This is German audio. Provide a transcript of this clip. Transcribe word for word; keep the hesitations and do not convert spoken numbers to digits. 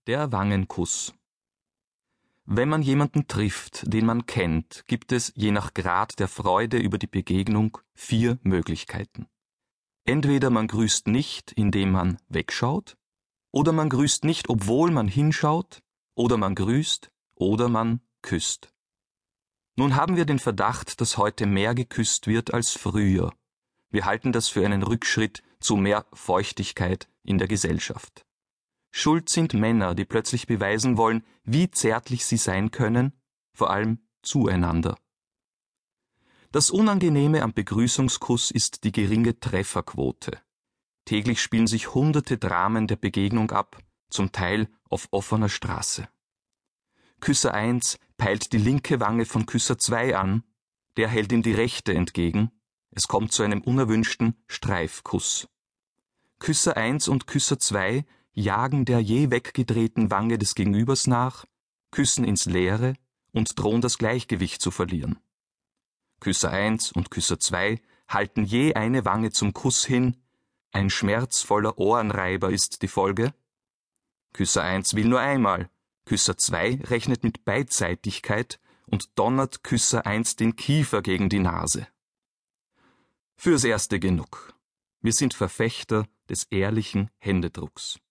Der Wangenkuss. Wenn man jemanden trifft, den man kennt, gibt es je nach Grad der Freude über die Begegnung vier Möglichkeiten. Entweder man grüßt nicht, indem man wegschaut, oder man grüßt nicht, obwohl man hinschaut, oder man grüßt, oder man küsst. Nun haben wir den Verdacht, dass heute mehr geküsst wird als früher. Wir halten das für einen Rückschritt zu mehr Feuchtigkeit in der Gesellschaft. Schuld sind Männer, die plötzlich beweisen wollen, wie zärtlich sie sein können, vor allem zueinander. Das Unangenehme am Begrüßungskuss ist die geringe Trefferquote. Täglich spielen sich hunderte Dramen der Begegnung ab, zum Teil auf offener Straße. Küsser eins peilt die linke Wange von Küsser zwei an, der hält ihm die rechte entgegen, es kommt zu einem unerwünschten Streifkuss. Küsser eins und Küsser zwei jagen der je weggedrehten Wange des Gegenübers nach, küssen ins Leere und drohen das Gleichgewicht zu verlieren. Küsser eins und Küsser zwei halten je eine Wange zum Kuss hin, ein schmerzvoller Ohrenreiber ist die Folge. Küsser eins will nur einmal, Küsser zwei rechnet mit Beidseitigkeit und donnert Küsser eins den Kiefer gegen die Nase. Fürs Erste genug. Wir sind Verfechter des ehrlichen Händedrucks.